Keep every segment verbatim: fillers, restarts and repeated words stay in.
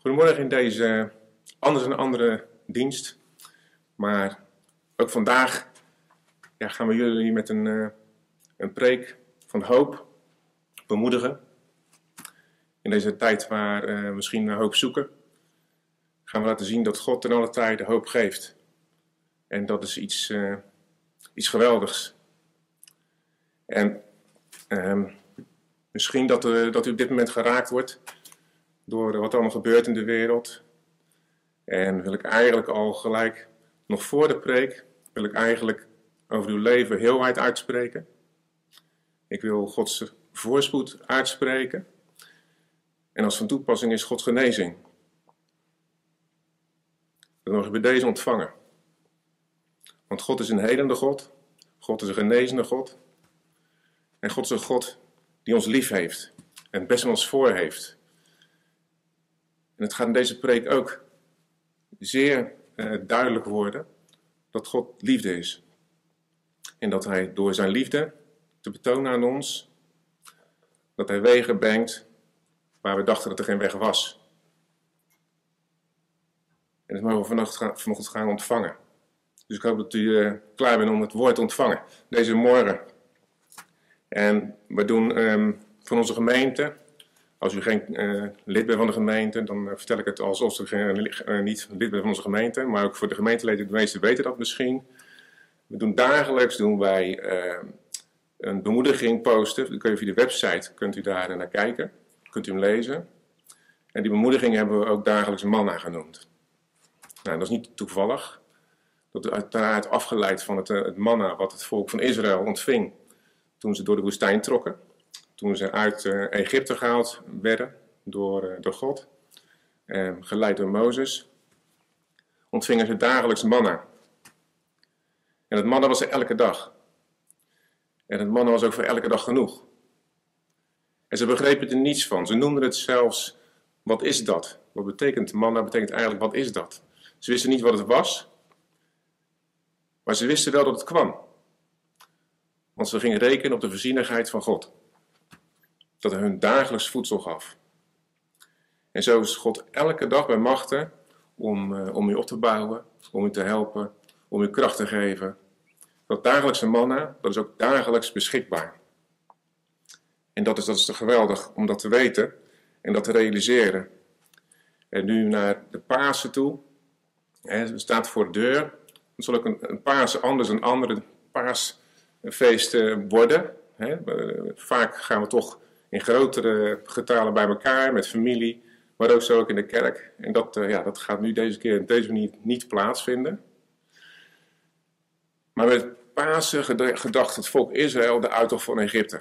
Goedemorgen in deze anders een andere dienst. Maar ook vandaag ja, gaan we jullie met een, uh, een preek van hoop bemoedigen. In deze tijd waar we uh, misschien hoop zoeken, gaan we laten zien dat God ten alle tijde hoop geeft. En dat is iets, uh, iets geweldigs. En uh, misschien dat, uh, dat u op dit moment geraakt wordt door wat er allemaal gebeurt in de wereld. En wil ik eigenlijk al gelijk, nog voor de preek, wil ik eigenlijk over uw leven heelheid uitspreken. Ik wil Gods voorspoed uitspreken. En als van toepassing is Gods genezing. Dat mag je bij deze ontvangen. Want God is een helende God. God is een genezende God. En God is een God die ons lief heeft. En het best met ons voor heeft. En het gaat in deze preek ook zeer uh, duidelijk worden dat God liefde is. En dat hij door zijn liefde te betonen aan ons, dat hij wegen brengt waar we dachten dat er geen weg was. En dat mogen we vanochtend gaan, vanochtend gaan ontvangen. Dus ik hoop dat u uh, klaar bent om het woord te ontvangen. Deze morgen. En we doen um, van onze gemeente. Als u geen uh, lid bent van de gemeente, dan uh, vertel ik het alsof u geen, uh, niet lid bent van onze gemeente. Maar ook voor de gemeenteleden, de meesten weten dat misschien. We doen dagelijks doen wij uh, een bemoediging posten. Dan kun je via de website, kunt u daar naar kijken. Kunt u hem lezen. En die bemoediging hebben we ook dagelijks manna genoemd. Nou, dat is niet toevallig. Dat is uiteraard afgeleid van het, uh, het manna wat het volk van Israël ontving toen ze door de woestijn trokken. Toen ze uit uh, Egypte gehaald werden door, uh, door God, uh, geleid door Mozes, ontvingen ze dagelijks manna. En het manna was er elke dag. En het manna was ook voor elke dag genoeg. En ze begrepen er niets van. Ze noemden het zelfs, wat is dat? Wat betekent manna? Betekent eigenlijk, wat is dat? Ze wisten niet wat het was, maar ze wisten wel dat het kwam. Want ze gingen rekenen op de voorzienigheid van God. Dat hij hun dagelijks voedsel gaf. En zo is God elke dag bij machten om, uh, om u op te bouwen, om u te helpen, om u kracht te geven. Dat dagelijkse manna, dat is ook dagelijks beschikbaar. En dat is, dat is te geweldig om dat te weten en dat te realiseren. En nu naar de Pasen toe. Hè, staat voor de deur. Het zal ook een, een Pasen anders dan andere paasfeesten worden. Hè. Vaak gaan we toch in grotere getalen bij elkaar, met familie, maar ook zo ook in de kerk. En dat, uh, ja, dat gaat nu deze keer op deze manier niet plaatsvinden. Maar met Pasen gedacht het volk Israël de uittocht van Egypte.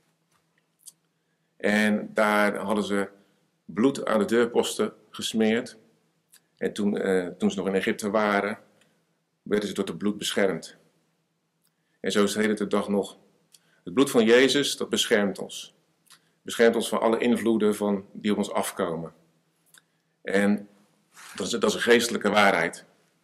En daar hadden ze bloed aan de deurposten gesmeerd. En toen, uh, toen ze nog in Egypte waren, werden ze door het bloed beschermd. En zo is het de hele dag nog. Het bloed van Jezus, dat beschermt ons. Beschermt ons van alle invloeden van, die op ons afkomen. En dat is, dat is een geestelijke waarheid.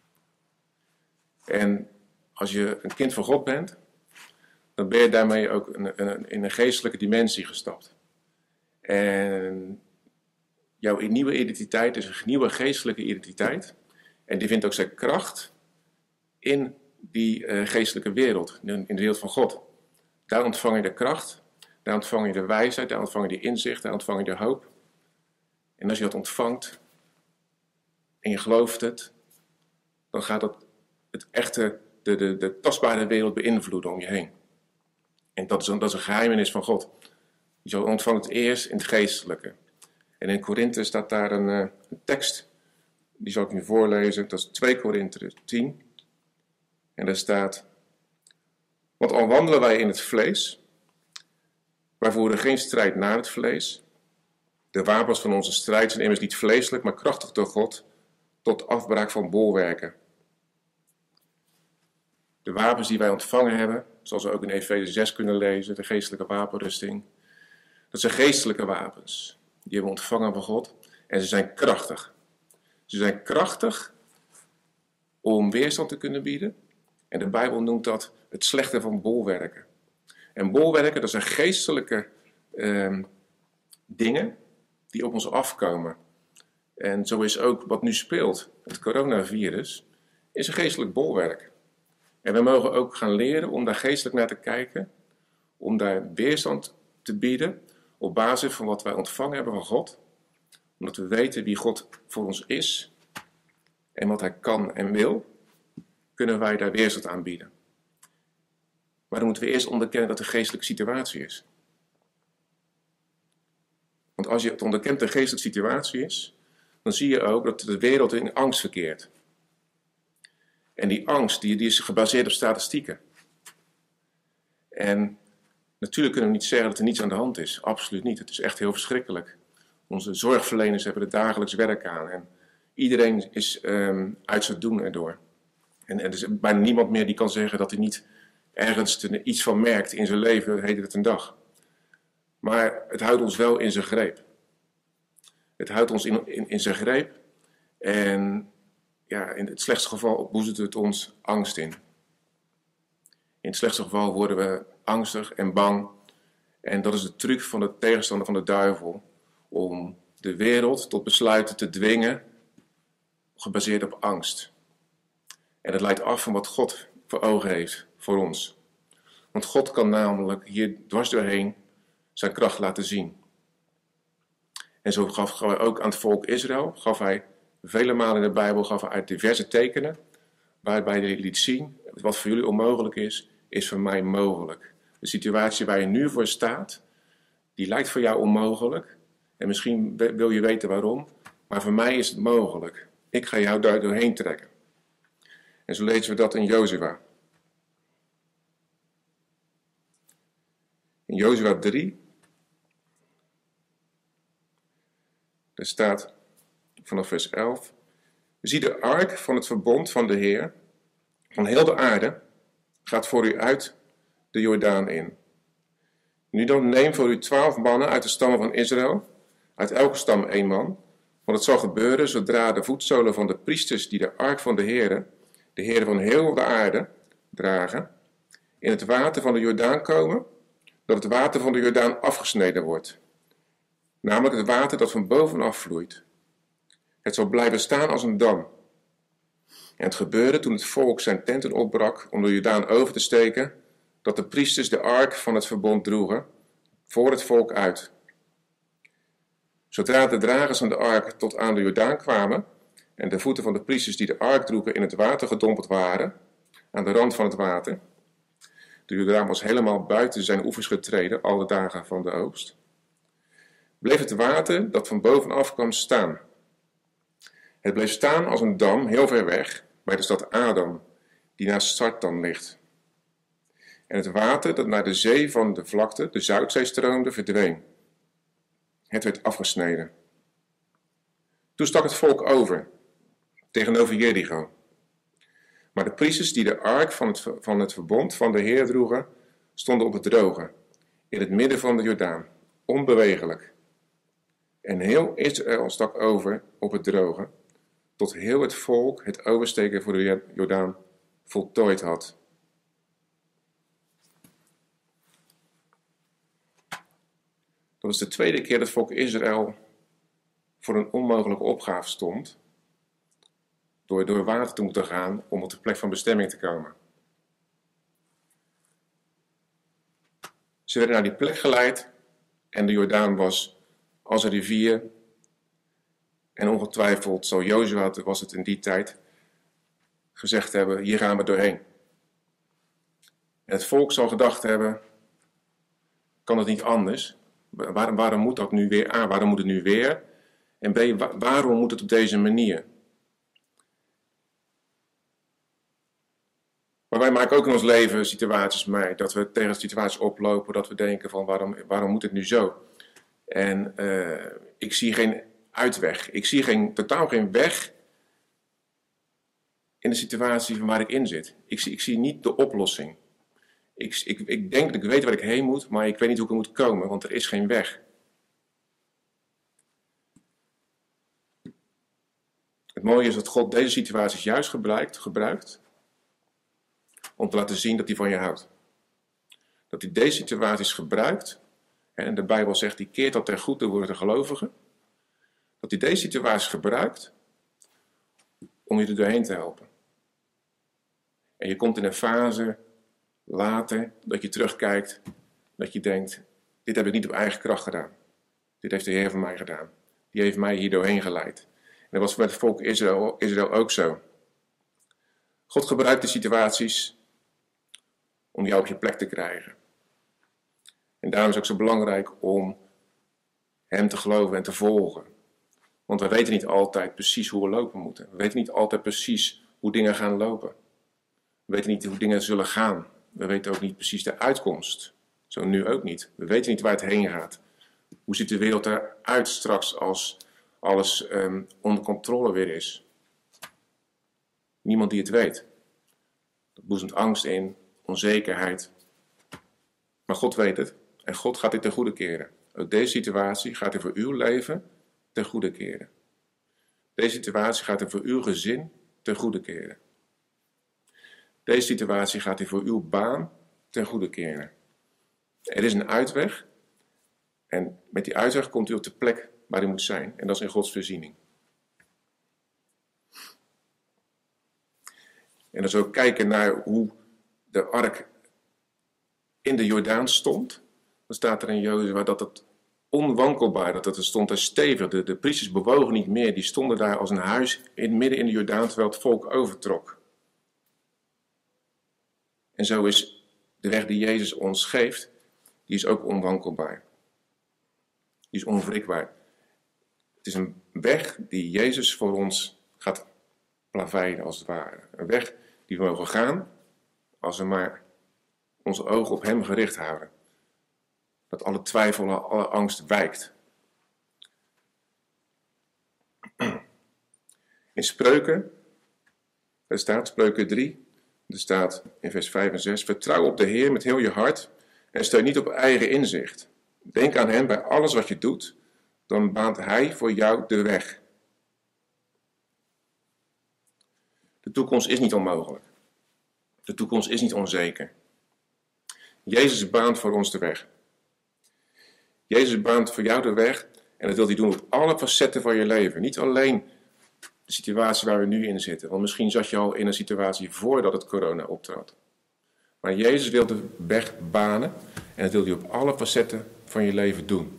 En als je een kind van God bent, dan ben je daarmee ook in een, in een geestelijke dimensie gestapt. En jouw nieuwe identiteit is een nieuwe geestelijke identiteit. En die vindt ook zijn kracht in die uh, geestelijke wereld, in de wereld van God. Daar ontvang je de kracht. Daar ontvang je de wijsheid, daar ontvang je de inzicht, daar ontvang je de hoop. En als je dat ontvangt en je gelooft het, dan gaat dat het echte, de, de, de tastbare wereld beïnvloeden om je heen. En dat is, een, dat is een geheimenis van God. Je ontvangt het eerst in het geestelijke. En in Korinthe staat daar een, uh, een tekst, die zal ik nu voorlezen. Dat is twee Korinthe tien. En daar staat: want al wandelen wij in het vlees, wij voeren geen strijd naar het vlees. De wapens van onze strijd zijn immers niet vleeselijk, maar krachtig door God, tot afbraak van bolwerken. De wapens die wij ontvangen hebben, zoals we ook in Efeze zes kunnen lezen, de geestelijke wapenrusting, dat zijn geestelijke wapens. Die hebben we ontvangen van God en ze zijn krachtig. Ze zijn krachtig om weerstand te kunnen bieden. En de Bijbel noemt dat het slechte van bolwerken. En bolwerken, dat zijn geestelijke eh, dingen die op ons afkomen. En zo is ook wat nu speelt, het coronavirus, is een geestelijk bolwerk. En we mogen ook gaan leren om daar geestelijk naar te kijken, om daar weerstand te bieden op basis van wat wij ontvangen hebben van God. Omdat we weten wie God voor ons is en wat hij kan en wil, kunnen wij daar weerstand aan bieden. Maar dan moeten we eerst onderkennen dat er een geestelijke situatie is. Want als je het onderkent dat er een geestelijke situatie is, dan zie je ook dat de wereld in angst verkeert. En die angst die, die is gebaseerd op statistieken. En natuurlijk kunnen we niet zeggen dat er niets aan de hand is. Absoluut niet. Het is echt heel verschrikkelijk. Onze zorgverleners hebben er dagelijks werk aan. En iedereen is um, uit zijn doen erdoor. En, en er is bijna niemand meer die kan zeggen dat hij niet ergens te, iets van merkt in zijn leven, heden het een dag. Maar het houdt ons wel in zijn greep. Het houdt ons in, in, in zijn greep. En ja, in het slechtste geval boezemt het ons angst in. In het slechtste geval worden we angstig en bang. En dat is de truc van de tegenstander van de duivel. Om de wereld tot besluiten te dwingen, gebaseerd op angst. En het leidt af van wat God voor ogen heeft voor ons. Want God kan namelijk hier dwars doorheen zijn kracht laten zien. En zo gaf hij ook aan het volk Israël, gaf hij vele malen in de Bijbel, gaf hij uit diverse tekenen, waarbij hij liet zien, wat voor jullie onmogelijk is, is voor mij mogelijk. De situatie waar je nu voor staat, die lijkt voor jou onmogelijk. En misschien wil je weten waarom, maar voor mij is het mogelijk. Ik ga jou daar doorheen trekken. En zo lezen we dat in Jozua. In Jozua drie, daar staat vanaf vers elf. Zie, de ark van het verbond van de Heer, van heel de aarde, gaat voor u uit de Jordaan in. Nu dan neem voor u twaalf mannen uit de stammen van Israël, uit elke stam één man. Want het zal gebeuren zodra de voetzolen van de priesters die de ark van de Heere, de Heere van heel de aarde, dragen, in het water van de Jordaan komen, dat het water van de Jordaan afgesneden wordt. Namelijk het water dat van bovenaf vloeit. Het zal blijven staan als een dam. En het gebeurde toen het volk zijn tenten opbrak om de Jordaan over te steken, dat de priesters de ark van het verbond droegen, voor het volk uit. Zodra de dragers van de ark tot aan de Jordaan kwamen, en de voeten van de priesters die de ark droegen in het water gedompeld waren, aan de rand van het water, de Jordaan was helemaal buiten zijn oevers getreden, alle dagen van de oogst, bleef het water dat van bovenaf kwam staan. Het bleef staan als een dam heel ver weg, bij de stad Adam, die naast Sartan ligt. En het water dat naar de zee van de vlakte, de Zuidzee, stroomde, verdween. Het werd afgesneden. Toen stak het volk over, tegenover Jericho. Maar de priesters die de ark van het, van het verbond van de Heer droegen, stonden op het droge, in het midden van de Jordaan, onbewegelijk. En heel Israël stak over op het droge, tot heel het volk het oversteken voor de Jordaan voltooid had. Dat was de tweede keer dat het volk Israël voor een onmogelijke opgave stond, door door water te moeten gaan om op de plek van bestemming te komen. Ze werden naar die plek geleid en de Jordaan was als een rivier. En ongetwijfeld zal Jozua, was het in die tijd, gezegd hebben, hier gaan we doorheen. En het volk zal gedacht hebben, kan het niet anders? Waarom, waarom moet dat nu weer? A, waarom moet het nu weer? En B, waarom moet het op deze manier? Maar wij maken ook in ons leven situaties mee, dat we tegen situaties oplopen, dat we denken van waarom, waarom moet het nu zo? En uh, ik zie geen uitweg. Ik zie geen, totaal geen weg in de situatie waar ik in zit. Ik zie, ik zie niet de oplossing. Ik, ik, ik denk dat ik weet waar ik heen moet, maar ik weet niet hoe ik er moet komen, want er is geen weg. Het mooie is dat God deze situaties juist gebruikt, gebruikt om te laten zien dat hij van je houdt. Dat hij deze situaties gebruikt, en de Bijbel zegt, die keert dat ten goede voor de gelovigen, Dat hij deze situatie gebruikt om je er doorheen te helpen. En je komt in een fase later dat je terugkijkt, dat je denkt, dit heb ik niet op eigen kracht gedaan. Dit heeft de Heer voor mij gedaan. Die heeft mij hier doorheen geleid. En dat was met het volk Israël, Israël ook zo. God gebruikt de situaties om jou op je plek te krijgen. En daarom is het ook zo belangrijk om hem te geloven en te volgen. Want we weten niet altijd precies hoe we lopen moeten. We weten niet altijd precies hoe dingen gaan lopen. We weten niet hoe dingen zullen gaan. We weten ook niet precies de uitkomst. Zo nu ook niet. We weten niet waar het heen gaat. Hoe ziet de wereld eruit straks als alles um, onder controle weer is? Niemand die het weet. Dat boezemt angst in, onzekerheid. Maar God weet het. En God gaat dit ten goede keren. Ook deze situatie gaat er voor uw leven ten goede keren. Deze situatie gaat er voor uw gezin ten goede keren. Deze situatie gaat er voor uw baan ten goede keren. Er is een uitweg. En met die uitweg komt u op de plek waar u moet zijn. En dat is in Gods voorziening. En als we ook kijken naar hoe de ark in de Jordaan stond, dan staat er in Jozua dat het onwankelbaar, dat het er stond er stevig. De, de priesters bewogen niet meer, die stonden daar als een huis in, midden in de Jordaan terwijl het volk overtrok. En zo is de weg die Jezus ons geeft, die is ook onwankelbaar. Die is onwrikbaar. Het is een weg die Jezus voor ons gaat plaveien als het ware. Een weg die we mogen gaan als we maar onze ogen op hem gericht houden. Dat alle twijfel, alle angst wijkt. In Spreuken, er staat Spreuken drie, er staat in vers vijf en zes, vertrouw op de Heer met heel je hart en steun niet op eigen inzicht. Denk aan hem bij alles wat je doet, dan baant hij voor jou de weg. De toekomst is niet onmogelijk. De toekomst is niet onzeker. Jezus baant voor ons de weg. Jezus baant voor jou de weg en dat wil hij doen op alle facetten van je leven. Niet alleen de situatie waar we nu in zitten, want misschien zat je al in een situatie voordat het corona optrad. Maar Jezus wil de weg banen en dat wil hij op alle facetten van je leven doen.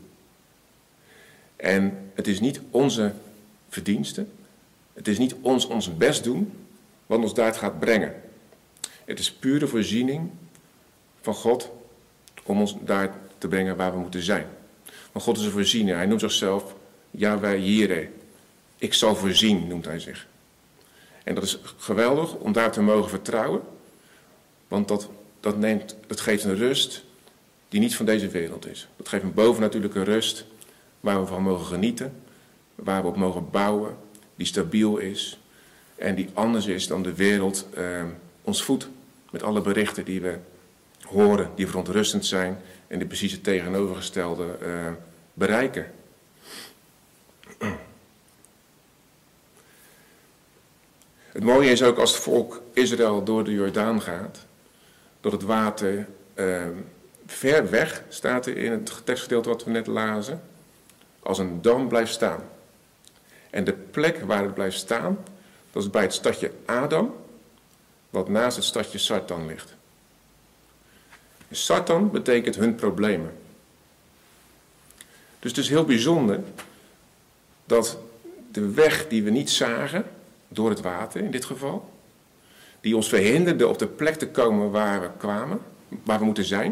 En het is niet onze verdienste, het is niet ons ons best doen wat ons daar gaat brengen. Het is pure voorziening van God om ons daar te brengen waar we moeten zijn. Want God is een voorziener. Hij noemt zichzelf Yahweh Jireh. Ik zal voorzien, noemt hij zich. En dat is geweldig om daar te mogen vertrouwen. Want dat, dat, neemt, dat geeft een rust die niet van deze wereld is. Dat geeft een bovennatuurlijke rust waar we van mogen genieten. Waar we op mogen bouwen. Die stabiel is. En die anders is dan de wereld eh, ons voedt. Met alle berichten die we horen, die verontrustend zijn. En die precies het tegenovergestelde uh, bereiken. Het mooie is ook als het volk Israël door de Jordaan gaat. Dat het water uh, ver weg, staat er in het tekstgedeelte wat we net lazen. Als een dam blijft staan. En de plek waar het blijft staan, dat is bij het stadje Adam. Wat naast het stadje Sartan ligt. Sartan betekent hun problemen. Dus het is heel bijzonder dat de weg die we niet zagen, door het water in dit geval, die ons verhinderde op de plek te komen waar we kwamen, waar we moeten zijn,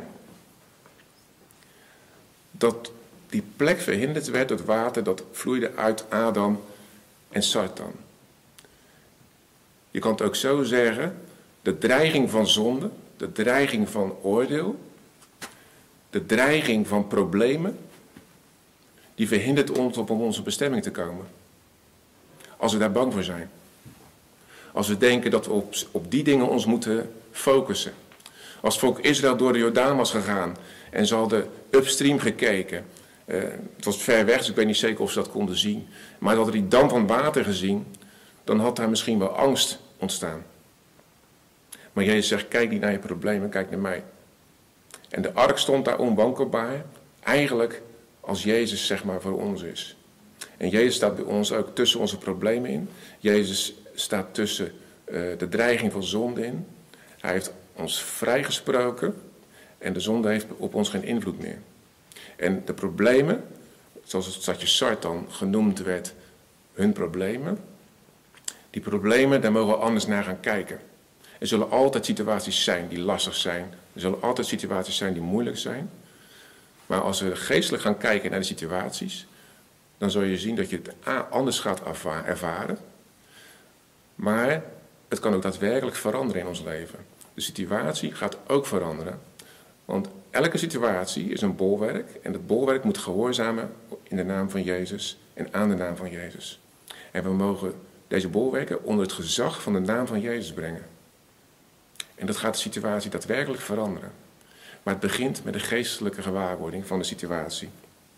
dat die plek verhinderd werd door het water dat vloeide uit Adam en Sartan. Je kan het ook zo zeggen, de dreiging van zonde, de dreiging van oordeel, de dreiging van problemen, die verhindert ons om op onze bestemming te komen. Als we daar bang voor zijn. Als we denken dat we op, op die dingen ons moeten focussen. Als het volk Israël door de Jordaan was gegaan en ze hadden upstream gekeken. Uh, het was ver weg, dus ik weet niet zeker of ze dat konden zien. Maar hadden die dam van water gezien, dan had daar misschien wel angst ontstaan. Maar Jezus zegt, kijk niet naar je problemen, kijk naar mij. En de ark stond daar onwankelbaar. Eigenlijk als Jezus zeg maar voor ons is. En Jezus staat bij ons ook tussen onze problemen in. Jezus staat tussen uh, de dreiging van zonde in. Hij heeft ons vrijgesproken en de zonde heeft op ons geen invloed meer. En de problemen, zoals het stadje Sartan genoemd werd, hun problemen, die problemen, daar mogen we anders naar gaan kijken. Er zullen altijd situaties zijn die lastig zijn. Er zullen altijd situaties zijn die moeilijk zijn. Maar als we geestelijk gaan kijken naar de situaties, dan zul je zien dat je het anders gaat ervaren. Maar het kan ook daadwerkelijk veranderen in ons leven. De situatie gaat ook veranderen. Want elke situatie is een bolwerk. En het bolwerk moet gehoorzamen in de naam van Jezus en aan de naam van Jezus. En we mogen deze bolwerken onder het gezag van de naam van Jezus brengen. En dat gaat de situatie daadwerkelijk veranderen. Maar het begint met de geestelijke gewaarwording van de situatie.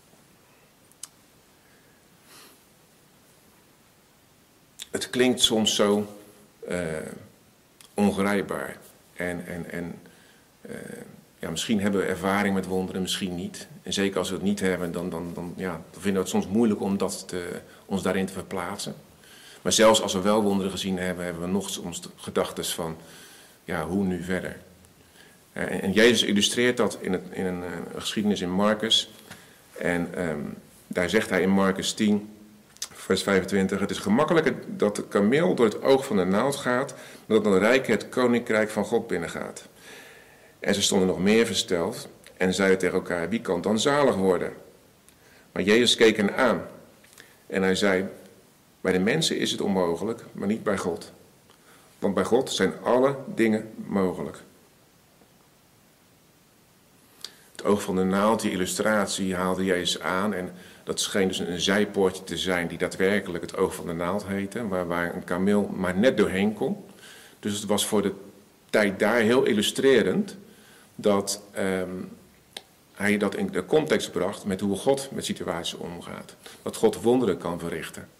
Het klinkt soms zo uh, ongrijpbaar. En, en, en uh, ja, misschien hebben we ervaring met wonderen, misschien niet. En zeker als we het niet hebben, dan, dan, dan, ja, dan vinden we het soms moeilijk om dat te, ons daarin te verplaatsen. Maar zelfs als we wel wonderen gezien hebben, hebben we nog soms gedachten van, ja, hoe nu verder? En, en Jezus illustreert dat in, het, in een, een geschiedenis in Marcus. En um, daar zegt hij in Marcus tien, vers vijfentwintig... Het is gemakkelijker dat de kameel door het oog van de naald gaat, dan dat een rijk het koninkrijk van God binnengaat. En ze stonden nog meer versteld en zeiden tegen elkaar, wie kan dan zalig worden? Maar Jezus keek hen aan en hij zei, bij de mensen is het onmogelijk, maar niet bij God. Want bij God zijn alle dingen mogelijk. Het oog van de naald, die illustratie, haalde Jezus aan. En dat scheen dus een zijpoortje te zijn die daadwerkelijk het oog van de naald heette. Waar, waar een kameel maar net doorheen kon. Dus het was voor de tijd daar heel illustrerend dat um, hij dat in de context bracht met hoe God met situaties omgaat. Dat God wonderen kan verrichten.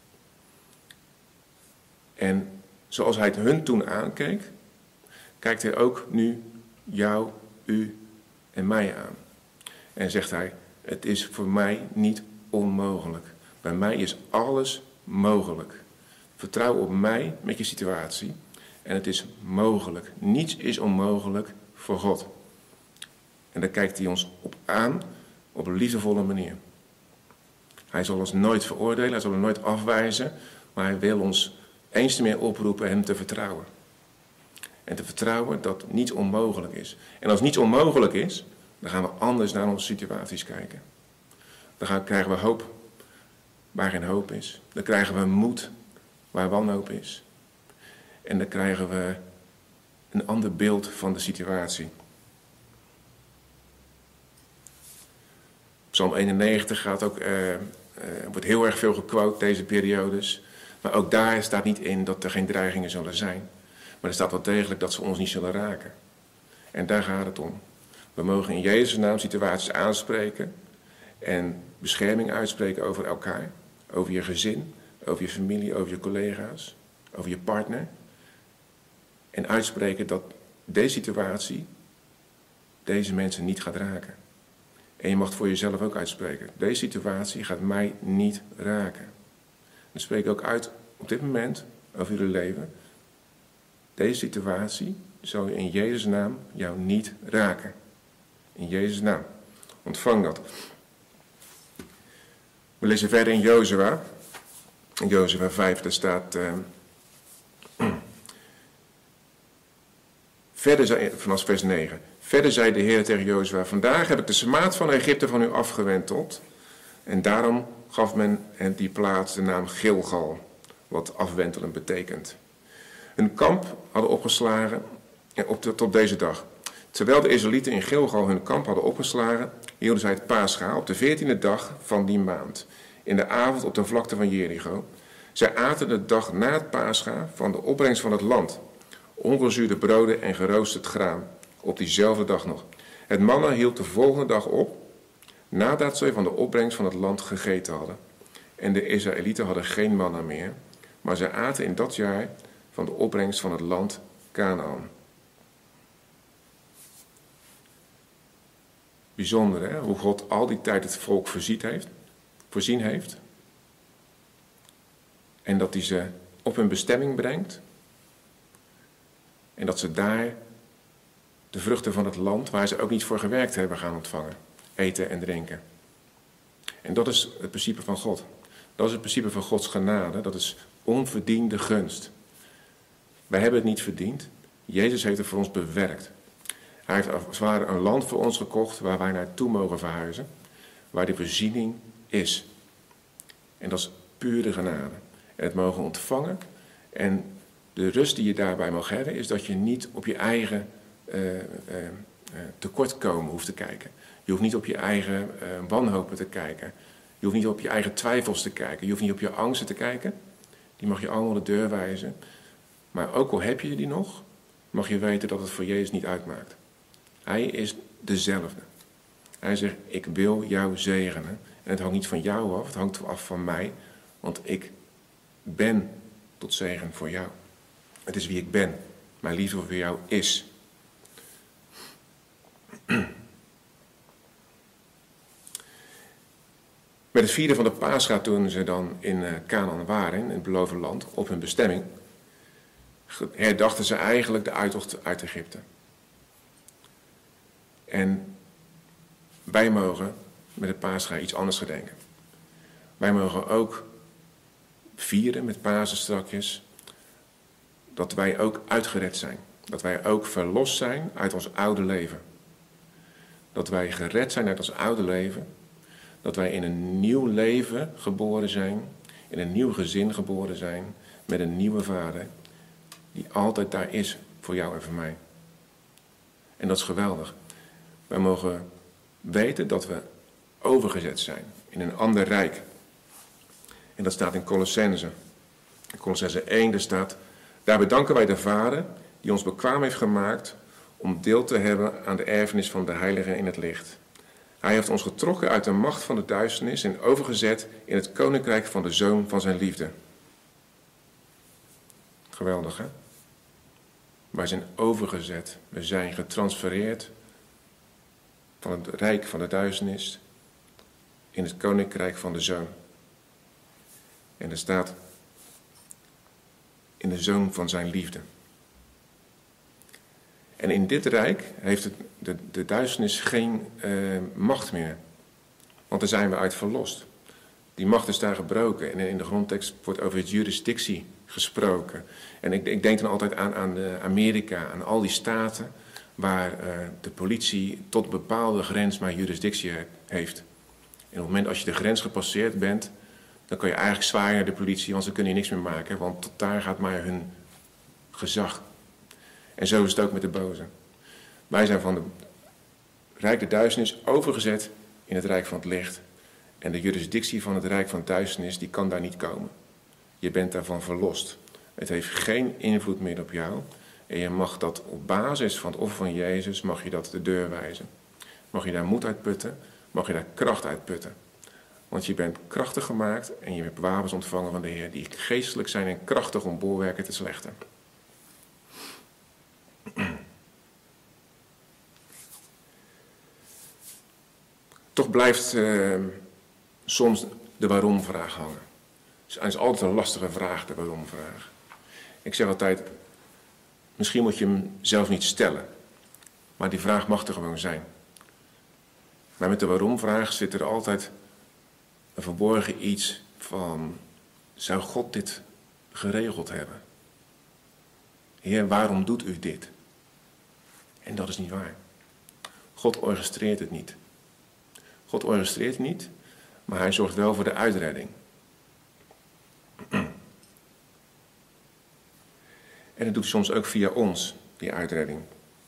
En zoals hij het hun toen aankeek, kijkt hij ook nu jou, u en mij aan. En zegt hij, het is voor mij niet onmogelijk. Bij mij is alles mogelijk. Vertrouw op mij met je situatie. En het is mogelijk. Niets is onmogelijk voor God. En daar kijkt hij ons op aan, op een liefdevolle manier. Hij zal ons nooit veroordelen, hij zal ons nooit afwijzen, maar hij wil ons eens te meer oproepen hem te vertrouwen. En te vertrouwen dat niets onmogelijk is. En als niets onmogelijk is, dan gaan we anders naar onze situaties kijken. Dan gaan, krijgen we hoop waar geen hoop is. Dan krijgen we moed waar wanhoop is. En dan krijgen we een ander beeld van de situatie. Psalm eenennegentig gaat ook, uh, uh, wordt heel erg veel gequote deze periodes. Maar ook daar staat niet in dat er geen dreigingen zullen zijn. Maar er staat wel degelijk dat ze ons niet zullen raken. En daar gaat het om. We mogen in Jezus' naam situaties aanspreken. En bescherming uitspreken over elkaar. Over je gezin, over je familie, over je collega's, over je partner. En uitspreken dat deze situatie deze mensen niet gaat raken. En je mag het voor jezelf ook uitspreken. Deze situatie gaat mij niet raken. En spreek ook uit op dit moment over jullie leven. Deze situatie zal in Jezus' naam jou niet raken. In Jezus' naam. Ontvang dat. We lezen verder in Jozua. In Jozua vijf, daar staat... Uh, verder zei, vanaf vers negen. Verder zei de Heer tegen Jozua, vandaag heb ik de smaad van Egypte van u afgewenteld. En daarom gaf men hen die plaats de naam Gilgal, wat afwentelen betekent. Hun kamp hadden opgeslagen op de, tot deze dag. Terwijl de Israëlieten in Gilgal hun kamp hadden opgeslagen, hielden zij het Pascha op de veertiende dag van die maand, in de avond op de vlakte van Jericho. Zij aten de dag na het Pascha van de opbrengst van het land, ongezuurde broden en geroosterd graan, op diezelfde dag nog. Het manna hield de volgende dag op, nadat zij van de opbrengst van het land gegeten hadden. En de Israëlieten hadden geen manna meer, maar zij aten in dat jaar van de opbrengst van het land Kanaan. Bijzonder, hè? Hoe God al die tijd het volk voorzien heeft. Voorzien heeft. En dat hij ze op hun bestemming brengt. En dat ze daar de vruchten van het land, waar ze ook niet voor gewerkt hebben, gaan ontvangen. Eten en drinken. En dat is het principe van God. Dat is het principe van Gods genade. Dat is onverdiende gunst. Wij hebben het niet verdiend. Jezus heeft het voor ons bewerkt. Hij heeft als het ware een land voor ons gekocht waar wij naartoe mogen verhuizen. Waar de voorziening is. En dat is pure genade. En het mogen ontvangen. En de rust die je daarbij mag hebben is dat je niet op je eigen uh, uh, uh, tekortkomen hoeft te kijken. Je hoeft niet op je eigen uh, wanhopen te kijken. Je hoeft niet op je eigen twijfels te kijken. Je hoeft niet op je angsten te kijken. Die mag je allemaal de deur wijzen. Maar ook al heb je die nog, mag je weten dat het voor Jezus niet uitmaakt. Hij is dezelfde. Hij zegt, ik wil jou zegenen. En het hangt niet van jou af, het hangt af van mij. Want ik ben tot zegen voor jou. Het is wie ik ben. Mijn liefde voor jou is. Met het vieren van de Pascha, toen ze dan in Canaan waren, in het beloofde land, op hun bestemming, herdachten ze eigenlijk de uittocht uit Egypte. En wij mogen met het Pascha iets anders gedenken. Wij mogen ook vieren met Pasen strakjes dat wij ook uitgered zijn. Dat wij ook verlost zijn uit ons oude leven. Dat wij gered zijn uit ons oude leven. Dat wij in een nieuw leven geboren zijn. In een nieuw gezin geboren zijn. Met een nieuwe vader. Die altijd daar is voor jou en voor mij. En dat is geweldig. Wij mogen weten dat we overgezet zijn. In een ander rijk. En dat staat in Colossenzen. In Colossenzen één, daar staat: daar bedanken wij de Vader die ons bekwaam heeft gemaakt om deel te hebben aan de erfenis van de heiligen in het licht. Hij heeft ons getrokken uit de macht van de duisternis en overgezet in het koninkrijk van de Zoon van zijn liefde. Geweldig, hè? Wij zijn overgezet. We zijn getransfereerd van het rijk van de duisternis in het koninkrijk van de Zoon. En er staat in de Zoon van zijn liefde. En in dit rijk heeft het, de, de duisternis geen uh, macht meer. Want daar zijn we uit verlost. Die macht is daar gebroken. En in de grondtekst wordt over jurisdictie gesproken. En ik, ik denk dan altijd aan, aan de Amerika, aan al die staten waar uh, de politie tot een bepaalde grens maar jurisdictie heeft. En op het moment als je de grens gepasseerd bent, dan kan je eigenlijk zwaaien naar de politie, want ze kunnen je niks meer maken. Want tot daar gaat maar hun gezag. En zo is het ook met de boze. Wij zijn van de rijk der duisternis overgezet in het rijk van het licht. En de jurisdictie van het rijk van duisternis, die kan daar niet komen. Je bent daarvan verlost. Het heeft geen invloed meer op jou. En je mag dat op basis van het offer van Jezus, mag je dat de deur wijzen. Mag je daar moed uit putten, mag je daar kracht uit putten. Want je bent krachtig gemaakt en je hebt wapens ontvangen van de Heer die geestelijk zijn en krachtig om bolwerken te slechten. Toch blijft uh, soms de waarom-vraag hangen. Het is altijd een lastige vraag, de waarom-vraag. Ik zeg altijd, misschien moet je hem zelf niet stellen. Maar die vraag mag er gewoon zijn. Maar met de waarom-vraag zit er altijd een verborgen iets van, zou God dit geregeld hebben? Heer, waarom doet u dit? En dat is niet waar. God orchestreert het niet. God orchestreert het niet, maar hij zorgt wel voor de uitredding. En dat doet hij soms ook via ons, die uitredding.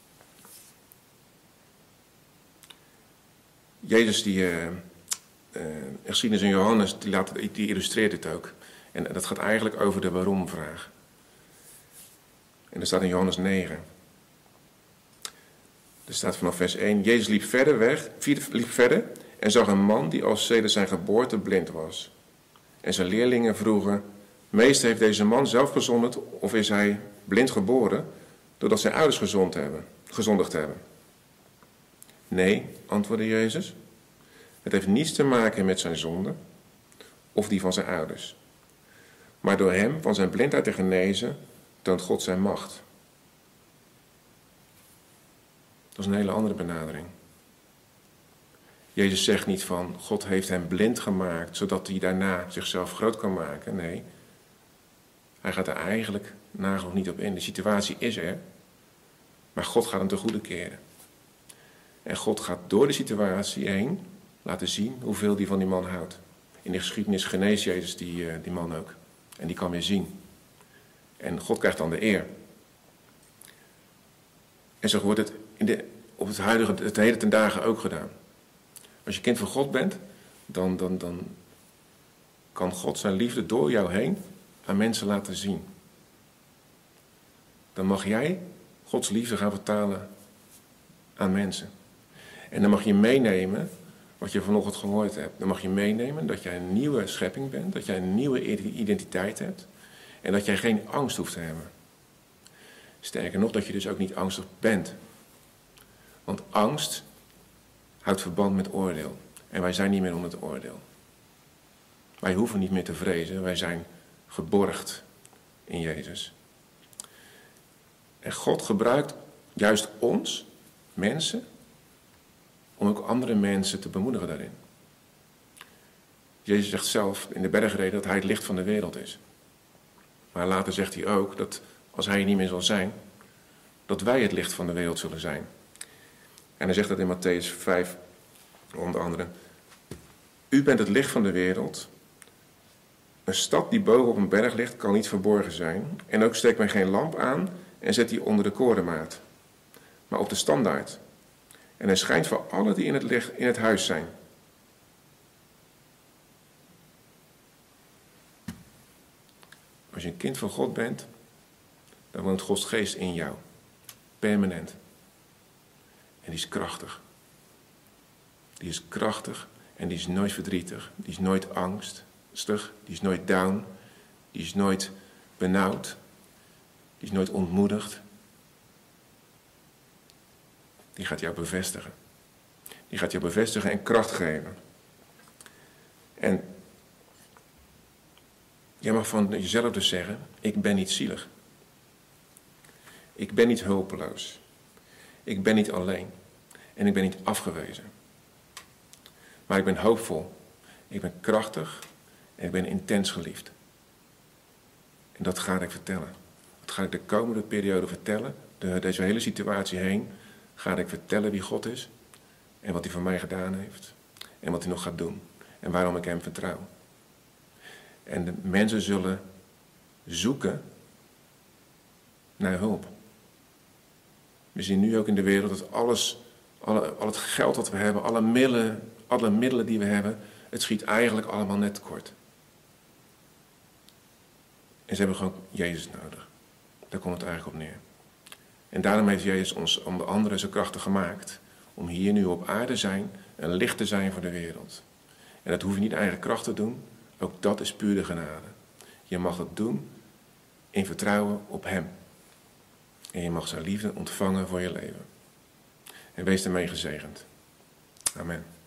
Jezus, die uh, uh, geschiedenis in Johannes, die, laat, die illustreert het ook. En dat gaat eigenlijk over de waarom-vraag. En dat staat in Johannes negen. Er staat vanaf vers één. Jezus liep verder weg, liep verder en zag een man die al sedert zijn geboorte blind was. En zijn leerlingen vroegen: Meester, heeft deze man zelf gezondigd of is hij blind geboren doordat zijn ouders gezond hebben, gezondigd hebben? Nee, antwoordde Jezus. Het heeft niets te maken met zijn zonde of die van zijn ouders. Maar door hem van zijn blindheid te genezen, toont God zijn macht. Dat is een hele andere benadering. Jezus zegt niet van, God heeft hem blind gemaakt, zodat hij daarna zichzelf groot kan maken. Nee, hij gaat er eigenlijk nagenoeg niet op in. De situatie is er, maar God gaat hem ten goede keren. En God gaat door de situatie heen laten zien hoeveel hij van die man houdt. In de geschiedenis geneest Jezus die, uh, die man ook. En die kan weer zien. En God krijgt dan de eer. En zo wordt het in de, op het huidige, het hele ten dagen ook gedaan. Als je kind van God bent, dan, dan, dan kan God zijn liefde door jou heen aan mensen laten zien. Dan mag jij Gods liefde gaan vertalen aan mensen. En dan mag je meenemen wat je vanochtend gehoord hebt. Dan mag je meenemen dat jij een nieuwe schepping bent, dat jij een nieuwe identiteit hebt en dat jij geen angst hoeft te hebben. Sterker nog, dat je dus ook niet angstig bent. Want angst houdt verband met oordeel. En wij zijn niet meer onder het oordeel. Wij hoeven niet meer te vrezen, wij zijn geborgd in Jezus. En God gebruikt juist ons, mensen, om ook andere mensen te bemoedigen daarin. Jezus zegt zelf in de bergreden dat hij het licht van de wereld is. Maar later zegt hij ook dat als hij er niet meer zal zijn, dat wij het licht van de wereld zullen zijn. En hij zegt dat in Matthäus vijf, onder andere. U bent het licht van de wereld. Een stad die boven op een berg ligt, kan niet verborgen zijn. En ook steekt men geen lamp aan en zet die onder de korenmaat, maar op de standaard. En hij schijnt voor allen die in het, licht, in het huis zijn. Als je een kind van God bent, dan woont Gods geest in jou. Permanent. En die is krachtig. Die is krachtig en die is nooit verdrietig. Die is nooit angstig. Die is nooit down. Die is nooit benauwd. Die is nooit ontmoedigd. Die gaat jou bevestigen. Die gaat jou bevestigen en kracht geven. En jij mag van jezelf dus zeggen, ik ben niet zielig. Ik ben niet hulpeloos. Ik ben niet alleen. En ik ben niet afgewezen. Maar ik ben hoopvol. Ik ben krachtig. En ik ben intens geliefd. En dat ga ik vertellen. Dat ga ik de komende periode vertellen. De, deze hele situatie heen ga ik vertellen wie God is. En wat hij voor mij gedaan heeft. En wat hij nog gaat doen. En waarom ik hem vertrouw. En de mensen zullen zoeken naar hulp. We zien nu ook in de wereld dat alles, alle, al het geld dat we hebben, alle middelen, alle middelen die we hebben, het schiet eigenlijk allemaal net tekort. En ze hebben gewoon Jezus nodig. Daar komt het eigenlijk op neer. En daarom heeft Jezus ons onder andere zo krachtig gemaakt om hier nu op aarde zijn, een licht te zijn voor de wereld. En dat hoef je niet in eigen kracht te doen, ook dat is puur de genade. Je mag het doen in vertrouwen op hem. En je mag zijn liefde ontvangen voor je leven. En wees ermee gezegend. Amen.